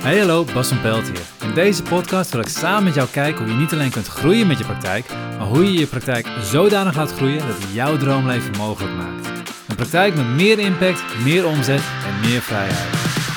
Hey hallo, Bas van Pelt hier. In deze podcast wil ik samen met jou kijken hoe je niet alleen kunt groeien met je praktijk, maar hoe je je praktijk zodanig laat groeien dat het jouw droomleven mogelijk maakt. Een praktijk met meer impact, meer omzet en meer vrijheid.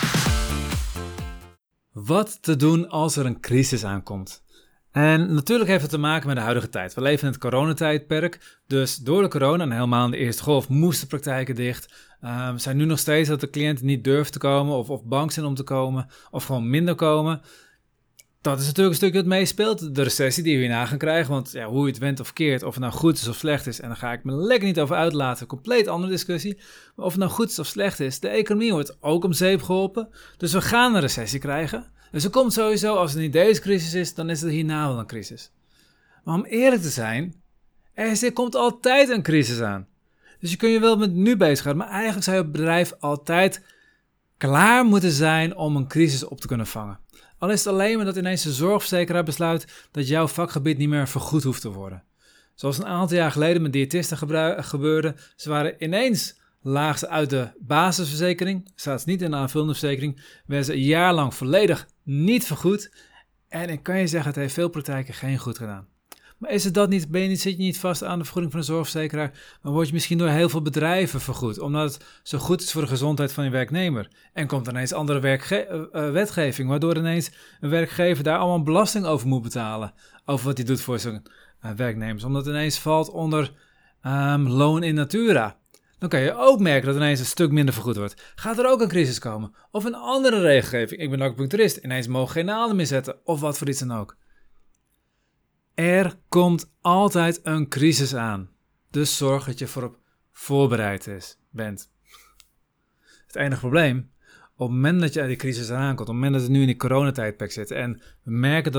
Wat te doen als er een crisis aankomt? En natuurlijk heeft het te maken met de huidige tijd. We leven in het coronatijdperk, dus door de corona en helemaal in de eerste golf moesten praktijken dicht. Zijn nu nog steeds dat de cliënten niet durven te komen of bang zijn om te komen of gewoon minder komen. Dat is natuurlijk een stukje wat meespeelt, de recessie die we hierna gaan krijgen. Want ja, hoe je het went of keert, of het nou goed is of slecht is, en daar ga ik me lekker niet over uitlaten, compleet andere discussie. Maar of het nou goed is of slecht is, de economie wordt ook om zeep geholpen. Dus we gaan een recessie krijgen. Dus er komt sowieso, als het niet deze crisis is, dan is er hierna wel een crisis. Maar om eerlijk te zijn, er komt altijd een crisis aan. Dus je kunt je wel met nu bezighouden, maar eigenlijk zou je bedrijf altijd klaar moeten zijn om een crisis op te kunnen vangen. Al is het alleen maar dat ineens de zorgverzekeraar besluit dat jouw vakgebied niet meer vergoed hoeft te worden. Zoals een aantal jaar geleden met diëtisten gebeurde. Ze waren ineens laag ze uit de basisverzekering, staat niet in de aanvullende verzekering, werden ze een jaar lang volledig niet vergoed. En ik kan je zeggen, het heeft veel praktijken geen goed gedaan. Maar is het dat niet, zit je niet vast aan de vergoeding van de zorgverzekeraar, maar word je misschien door heel veel bedrijven vergoed, omdat het zo goed is voor de gezondheid van je werknemer. En komt er ineens andere wetgeving, waardoor ineens een werkgever daar allemaal belasting over moet betalen, over wat hij doet voor zijn werknemers, omdat het ineens valt onder loon in natura. Dan kan je ook merken dat ineens een stuk minder vergoed wordt. Gaat er ook een crisis komen? Of een andere regelgeving? Ik ben acupuncturist, ineens mogen geen naalden meer zetten, of wat voor iets dan ook. Er komt altijd een crisis aan. Dus zorg dat je voorop voorbereid bent. Het enige probleem, op het moment dat je die crisis aankomt, op het moment dat we nu in die coronatijdperk zitten en we merken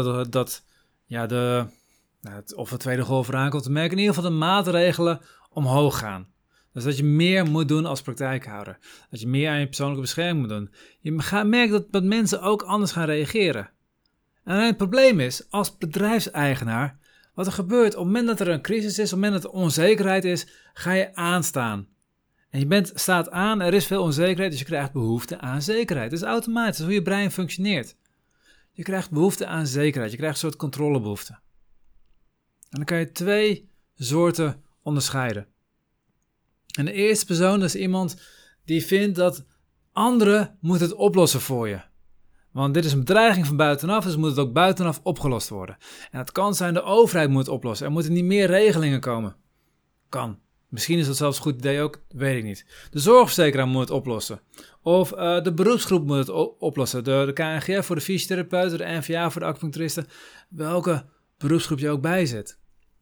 of de tweede golf eraan komt, we merken in ieder geval de maatregelen omhoog gaan. Dus dat je meer moet doen als praktijkhouder. Dat je meer aan je persoonlijke bescherming moet doen. Je gaat merken dat mensen ook anders gaan reageren. En het probleem is, als bedrijfseigenaar, wat er gebeurt op het moment dat er een crisis is, op het moment dat er onzekerheid is, ga je aanstaan. En je staat aan, er is veel onzekerheid, dus je krijgt behoefte aan zekerheid. Dat is automatisch, dat is hoe je brein functioneert. Je krijgt behoefte aan zekerheid, je krijgt een soort controlebehoefte. En dan kan je twee soorten onderscheiden. En de eerste persoon is iemand die vindt dat anderen moeten het oplossen voor je. Want dit is een bedreiging van buitenaf, dus moet het ook buitenaf opgelost worden. En het kan zijn de overheid moet het oplossen. Er moeten niet meer regelingen komen. Kan. Misschien is dat zelfs een goed idee ook, weet ik niet. De zorgverzekeraar moet het oplossen. Of de beroepsgroep moet het oplossen. De KNGF voor de fysiotherapeuten, de NVA voor de acupuncturisten. Welke beroepsgroep je ook bijzet.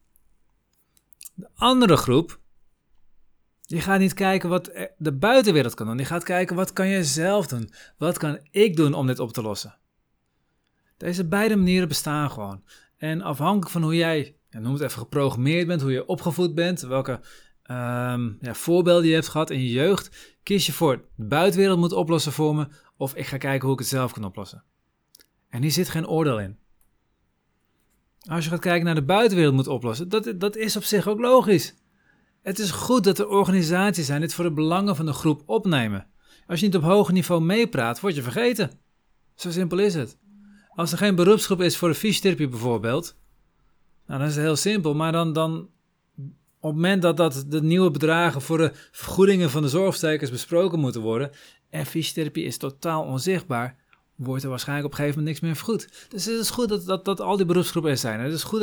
De andere groep, die gaat niet kijken wat de buitenwereld kan doen. Die gaat kijken, wat kan je zelf doen? Wat kan ik doen om dit op te lossen? Deze beide manieren bestaan gewoon. En afhankelijk van hoe jij, noem het even, geprogrammeerd bent, hoe je opgevoed bent, welke voorbeelden je hebt gehad in je jeugd, kies je voor de buitenwereld moet oplossen voor me, of ik ga kijken hoe ik het zelf kan oplossen. En hier zit geen oordeel in. Als je gaat kijken naar de buitenwereld moet oplossen, dat is op zich ook logisch. Het is goed dat er organisaties zijn die het voor de belangen van de groep opnemen. Als je niet op hoger niveau meepraat, word je vergeten. Zo simpel is het. Als er geen beroepsgroep is voor de fysiotherapie bijvoorbeeld, dan is het heel simpel. Maar dan op het moment dat de nieuwe bedragen voor de vergoedingen van de zorgverzekeraars besproken moeten worden, en fysiotherapie is totaal onzichtbaar, wordt er waarschijnlijk op een gegeven moment niks meer vergoed. Dus het is goed dat al die beroepsgroepen er zijn. Het is goed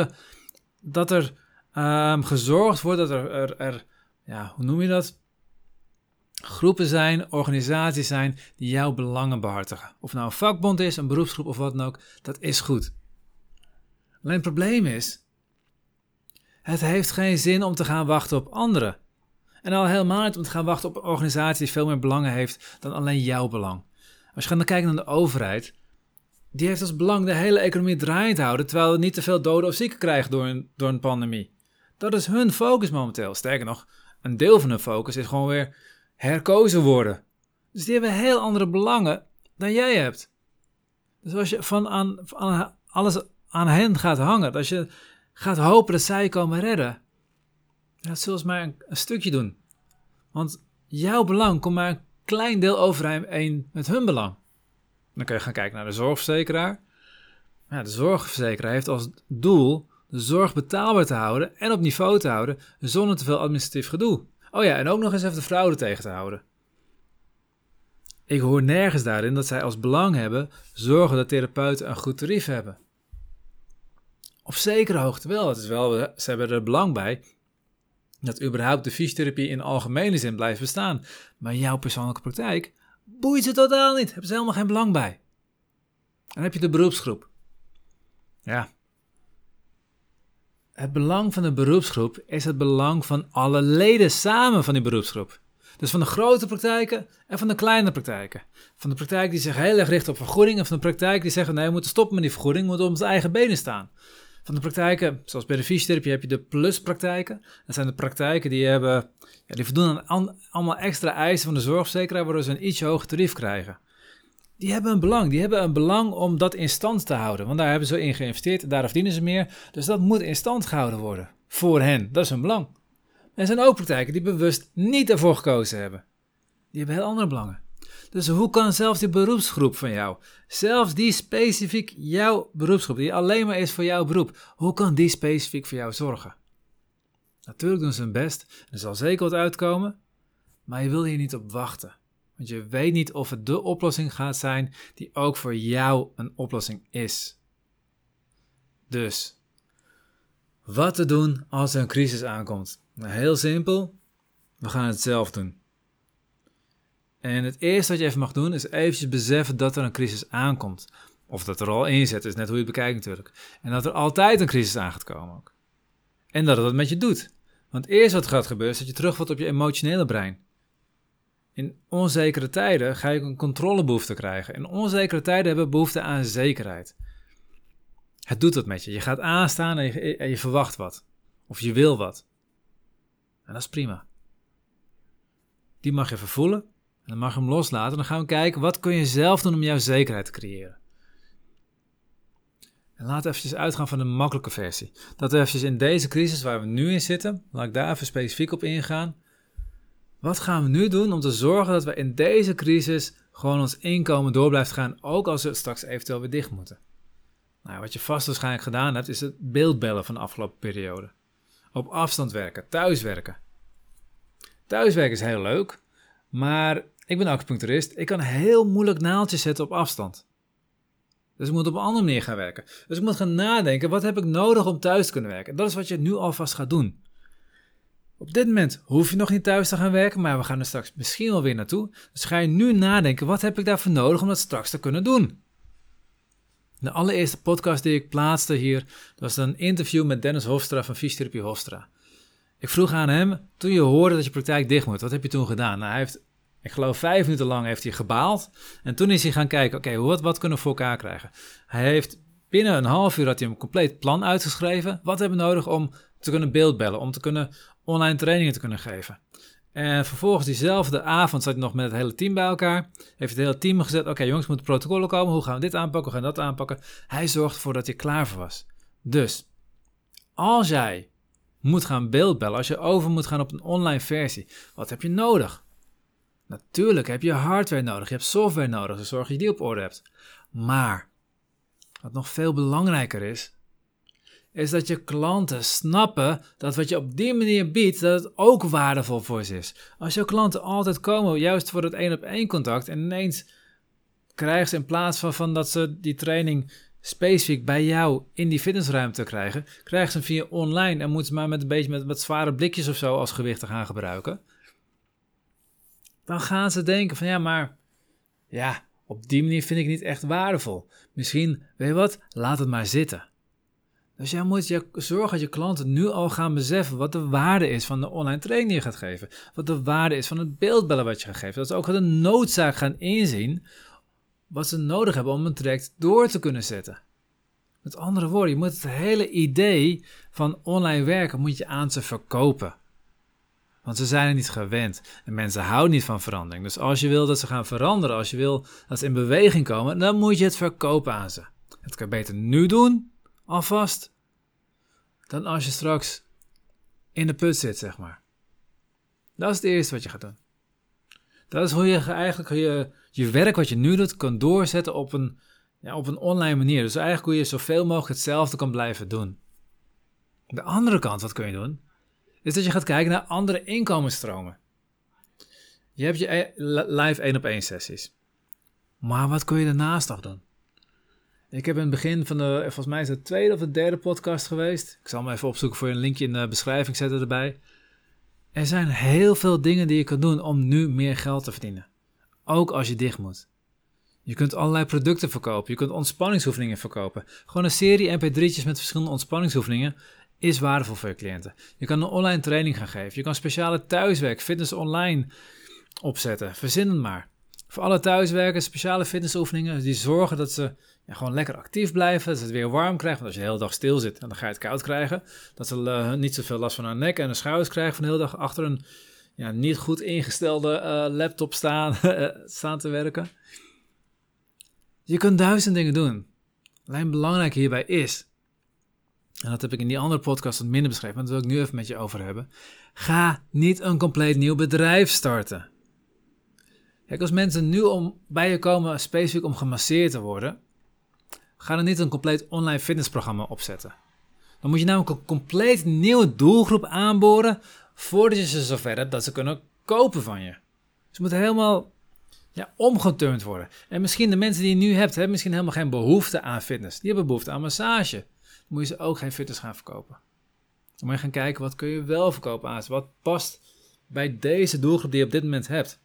dat er gezorgd wordt dat er hoe noem je dat? Groepen zijn, organisaties zijn die jouw belangen behartigen. Of nou een vakbond is, een beroepsgroep of wat dan ook, dat is goed. Alleen het probleem is, het heeft geen zin om te gaan wachten op anderen. En al helemaal niet om te gaan wachten op een organisatie die veel meer belangen heeft dan alleen jouw belang. Als je gaat kijken naar de overheid, die heeft als belang de hele economie draaiend houden, terwijl we niet te veel doden of zieken krijgen door een pandemie. Dat is hun focus momenteel. Sterker nog, een deel van hun focus is gewoon weer herkozen worden. Dus die hebben heel andere belangen dan jij hebt. Dus als je alles aan hen gaat hangen, als je gaat hopen dat zij je komen redden, dat zullen ze maar een stukje doen. Want jouw belang komt maar een klein deel overeen met hun belang. Dan kun je gaan kijken naar de zorgverzekeraar. Ja, de zorgverzekeraar heeft als doel de zorg betaalbaar te houden en op niveau te houden zonder te veel administratief gedoe. Oh ja, en ook nog eens even de fraude tegen te houden. Ik hoor nergens daarin dat zij als belang hebben zorgen dat therapeuten een goed tarief hebben. Op zekere hoogte wel. Het is wel, ze hebben er belang bij dat überhaupt de fysiotherapie in algemene zin blijft bestaan. Maar jouw persoonlijke praktijk boeit ze totaal niet. Hebben ze helemaal geen belang bij. Dan heb je de beroepsgroep. Ja. Het belang van de beroepsgroep is het belang van alle leden samen van die beroepsgroep. Dus van de grote praktijken en van de kleine praktijken. Van de praktijk die zich heel erg richt op vergoeding en van de praktijk die zeggen nee, we moeten stoppen met die vergoeding, we moeten op onze eigen benen staan. Van de praktijken, zoals bij de fysiotherapie heb je de pluspraktijken. Dat zijn de praktijken die voldoen aan allemaal extra eisen van de zorgverzekeraar, waardoor ze een iets hoger tarief krijgen. Die hebben een belang. Die hebben een belang om dat in stand te houden. Want daar hebben ze in geïnvesteerd en daar verdienen ze meer. Dus dat moet in stand gehouden worden. Voor hen. Dat is hun belang. Er zijn ook praktijken die bewust niet ervoor gekozen hebben. Die hebben heel andere belangen. Dus hoe kan zelfs die beroepsgroep van jou, zelfs die specifiek jouw beroepsgroep, die alleen maar is voor jouw beroep, hoe kan die specifiek voor jou zorgen? Natuurlijk doen ze hun best. Er zal zeker wat uitkomen. Maar je wil hier niet op wachten. Want je weet niet of het de oplossing gaat zijn die ook voor jou een oplossing is. Dus, wat te doen als er een crisis aankomt? Nou, heel simpel, we gaan het zelf doen. En het eerste wat je even mag doen is eventjes beseffen dat er een crisis aankomt. Of dat er al in zit, is net hoe je het bekijkt natuurlijk. En dat er altijd een crisis aan gaat komen ook. En dat het wat met je doet. Want eerst wat gaat gebeuren is dat je terugvalt op je emotionele brein. In onzekere tijden ga je een controlebehoefte krijgen. In onzekere tijden hebben we behoefte aan zekerheid. Het doet wat met je. Je gaat aanstaan en je verwacht wat. Of je wil wat. En dat is prima. Die mag je even voelen. En dan mag je hem loslaten. En dan gaan we kijken, wat kun je zelf doen om jouw zekerheid te creëren. En laten we eventjes uitgaan van de makkelijke versie. Dat we eventjes in deze crisis waar we nu in zitten, laat ik daar even specifiek op ingaan. Wat gaan we nu doen om te zorgen dat we in deze crisis gewoon ons inkomen door blijft gaan, ook als we straks eventueel weer dicht moeten? Nou, wat je vast waarschijnlijk gedaan hebt, is het beeldbellen van de afgelopen periode. Op afstand werken, thuiswerken. Thuiswerken is heel leuk, maar ik ben acupuncturist. Ik kan heel moeilijk naaldjes zetten op afstand. Dus ik moet op een andere manier gaan werken. Dus ik moet gaan nadenken, wat heb ik nodig om thuis te kunnen werken? En dat is wat je nu alvast gaat doen. Op dit moment hoef je nog niet thuis te gaan werken, maar we gaan er straks misschien wel weer naartoe. Dus ga je nu nadenken, wat heb ik daarvoor nodig om dat straks te kunnen doen? De allereerste podcast die ik plaatste hier, dat was een interview met Dennis Hofstra van Fysiotherapie Hofstra. Ik vroeg aan hem, toen je hoorde dat je praktijk dicht moet, wat heb je toen gedaan? Nou, hij heeft, ik geloof 5 minuten lang heeft hij gebaald. En toen is hij gaan kijken, oké, wat kunnen we voor elkaar krijgen? Hij heeft binnen een half uur had hij een compleet plan uitgeschreven. Wat hebben we nodig om te kunnen beeldbellen, om te kunnen online trainingen te kunnen geven? En vervolgens diezelfde avond zat hij nog met het hele team bij elkaar. Heeft het hele team gezet, oké jongens, moeten protocollen komen. Hoe gaan we dit aanpakken, hoe gaan we dat aanpakken? Hij zorgde ervoor dat hij klaar voor was. Dus, als jij moet gaan beeldbellen, als je over moet gaan op een online versie, wat heb je nodig? Natuurlijk heb je hardware nodig, je hebt software nodig, dus zorg dat je die op orde hebt. Maar, wat nog veel belangrijker is dat je klanten snappen dat wat je op die manier biedt, dat het ook waardevol voor ze is. Als jouw klanten altijd komen, juist voor het 1-op-1 contact, en ineens krijgen ze in plaats van dat ze die training specifiek bij jou in die fitnessruimte krijgen, krijgen ze hem via online en moeten ze maar met wat zware blikjes of zo als gewicht te gaan gebruiken. Dan gaan ze denken van ja, op die manier vind ik niet echt waardevol. Misschien, weet je wat, laat het maar zitten. Dus jij moet zorgen dat je klanten nu al gaan beseffen wat de waarde is van de online training die je gaat geven. Wat de waarde is van het beeldbellen wat je gaat geven. Dat ze ook de noodzaak gaan inzien wat ze nodig hebben om een traject door te kunnen zetten. Met andere woorden, je moet het hele idee van online werken moet je aan ze verkopen. Want ze zijn er niet gewend en mensen houden niet van verandering. Dus als je wil dat ze gaan veranderen, als je wil dat ze in beweging komen, dan moet je het verkopen aan ze. Dat kan je beter nu doen, alvast, dan als je straks in de put zit, zeg maar. Dat is het eerste wat je gaat doen. Dat is hoe je eigenlijk je je werk wat je nu doet kan doorzetten op een online manier. Dus eigenlijk hoe je zoveel mogelijk hetzelfde kan blijven doen. De andere kant, wat kun je doen, is dat je gaat kijken naar andere inkomensstromen. Je hebt je live 1-op-1 sessies. Maar wat kun je daarnaast nog doen? Ik heb in het begin van volgens mij is het de 2e of de 3e podcast geweest. Ik zal hem even opzoeken voor je een linkje in de beschrijving zetten erbij. Er zijn heel veel dingen die je kan doen om nu meer geld te verdienen. Ook als je dicht moet. Je kunt allerlei producten verkopen. Je kunt ontspanningsoefeningen verkopen. Gewoon een serie mp3'tjes met verschillende ontspanningsoefeningen is waardevol voor je cliënten. Je kan een online training gaan geven. Je kan speciale thuiswerk, fitness online opzetten. Verzin het maar. Voor alle thuiswerkers speciale fitnessoefeningen die zorgen dat ze gewoon lekker actief blijven. Dat ze het weer warm krijgen. Want als je de hele dag stil zit, dan ga je het koud krijgen. Dat ze niet zoveel last van hun nek en hun schouders krijgen van de hele dag achter een niet goed ingestelde laptop staan te werken. Je kunt 1000 dingen doen. Alleen belangrijk hierbij is, en dat heb ik in die andere podcast wat minder beschreven, maar dat wil ik nu even met je over hebben. Ga niet een compleet nieuw bedrijf starten. Kijk, als mensen nu bij je komen specifiek om gemasseerd te worden, ga dan niet een compleet online fitnessprogramma opzetten. Dan moet je namelijk een compleet nieuwe doelgroep aanboren voordat je ze zover hebt dat ze kunnen kopen van je. Ze moeten helemaal omgeturnd worden. En misschien de mensen die je nu hebt, hebben misschien helemaal geen behoefte aan fitness. Die hebben behoefte aan massage. Dan moet je ze ook geen fitness gaan verkopen. Dan moet je gaan kijken, wat kun je wel verkopen aan ze? Wat past bij deze doelgroep die je op dit moment hebt?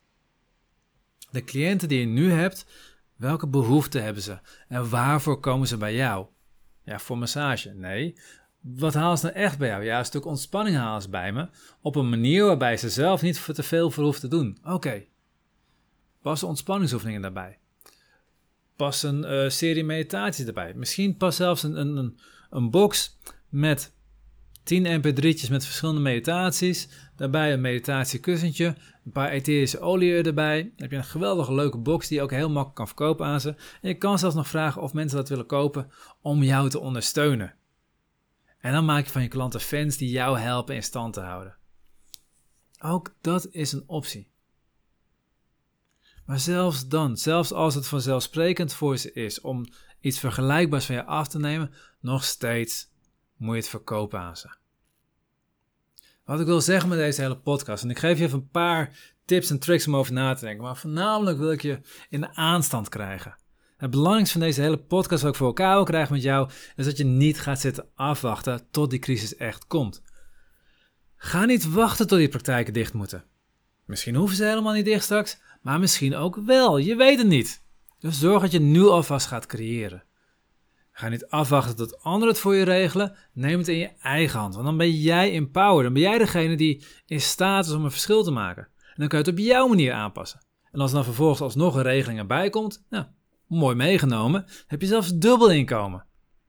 De cliënten die je nu hebt, welke behoeften hebben ze? En waarvoor komen ze bij jou? Ja, voor massage? Nee. Wat halen ze nou echt bij jou? Ja, een stuk ontspanning halen ze bij me. Op een manier waarbij ze zelf niet te veel voor hoeven te doen. Oké. Pas ontspanningsoefeningen daarbij. Pas een serie meditaties erbij. Misschien pas zelfs een box met 10 mp3'tjes met verschillende meditaties. Daarbij een meditatiekussentje. Een paar etherische oliën erbij. Dan heb je een geweldige leuke box die je ook heel makkelijk kan verkopen aan ze. En je kan zelfs nog vragen of mensen dat willen kopen om jou te ondersteunen. En dan maak je van je klanten fans die jou helpen in stand te houden. Ook dat is een optie. Maar zelfs dan, zelfs als het vanzelfsprekend voor ze is om iets vergelijkbaars van je af te nemen, nog steeds moet je het verkopen aan ze. Wat ik wil zeggen met deze hele podcast, en ik geef je even een paar tips en tricks om over na te denken, maar voornamelijk wil ik je in de aanstand krijgen. Het belangrijkste van deze hele podcast wat ik voor elkaar wil krijgen met jou, is dat je niet gaat zitten afwachten tot die crisis echt komt. Ga niet wachten tot die praktijken dicht moeten. Misschien hoeven ze helemaal niet dicht straks, maar misschien ook wel, je weet het niet. Dus zorg dat je nu alvast gaat creëren. Ga niet afwachten tot anderen het voor je regelen, neem het in je eigen hand, want dan ben jij empowered, dan ben jij degene die in staat is om een verschil te maken. En dan kan je het op jouw manier aanpassen. En als er dan vervolgens alsnog een regeling erbij komt, nou, mooi meegenomen, heb je zelfs dubbel inkomen.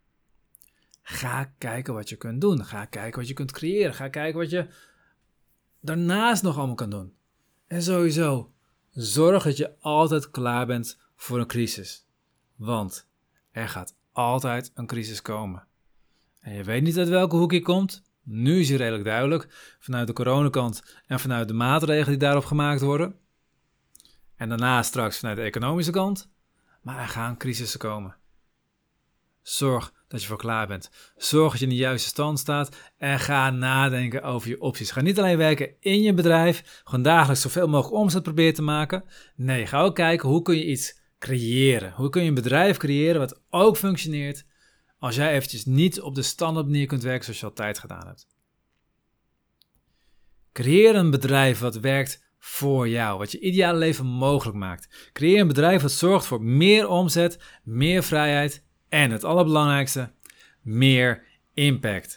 Ga kijken wat je kunt doen, ga kijken wat je kunt creëren, ga kijken wat je daarnaast nog allemaal kan doen. En sowieso, zorg dat je altijd klaar bent voor een crisis. Want er gaat altijd een crisis komen. En je weet niet uit welke hoek die komt. Nu is hij redelijk duidelijk. Vanuit de coronakant en vanuit de maatregelen die daarop gemaakt worden. En daarna straks vanuit de economische kant. Maar er gaan crisissen komen. Zorg dat je voor klaar bent. Zorg dat je in de juiste stand staat. En ga nadenken over je opties. Ga niet alleen werken in je bedrijf. Gewoon dagelijks zoveel mogelijk omzet proberen te maken. Nee, ga ook kijken hoe kun je iets creëren. Hoe kun je een bedrijf creëren wat ook functioneert als jij eventjes niet op de standaard manier kunt werken zoals je altijd gedaan hebt. Creëer een bedrijf wat werkt voor jou, wat je ideale leven mogelijk maakt. Creëer een bedrijf wat zorgt voor meer omzet, meer vrijheid en het allerbelangrijkste, meer impact.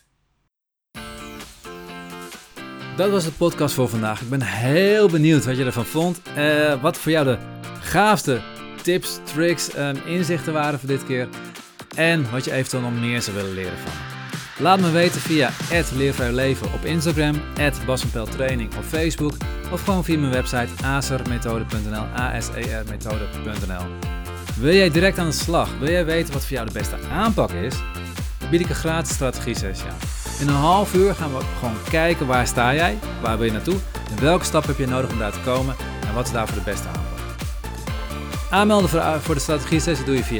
Dat was de podcast voor vandaag. Ik ben heel benieuwd wat je ervan vond. Wat voor jou de gaafste tips, tricks, inzichten waren voor dit keer. En wat je eventueel nog meer zou willen leren van me. Laat me weten via @leervrijleven op Instagram, @basvanpeltraining op Facebook of gewoon via mijn website asermethode.nl, asermethode.nl. Wil jij direct aan de slag? Wil jij weten wat voor jou de beste aanpak is? Dan bied ik een gratis strategie-sessie aan. In een half uur gaan we gewoon kijken waar sta jij, waar wil je naartoe en welke stap heb je nodig om daar te komen en wat is daarvoor de beste aanpak. Aanmelden voor de strategie-sessie doe je via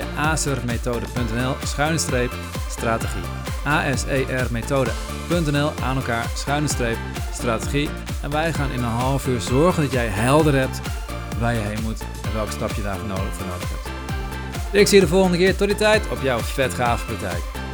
asermethode.nl/strategie. asermethode.nl aan elkaar /strategie. En wij gaan in een half uur zorgen dat jij helder hebt waar je heen moet en welke stap je daarvoor nodig hebt. Ik zie je de volgende keer. Tot die tijd op jouw vet gave praktijk.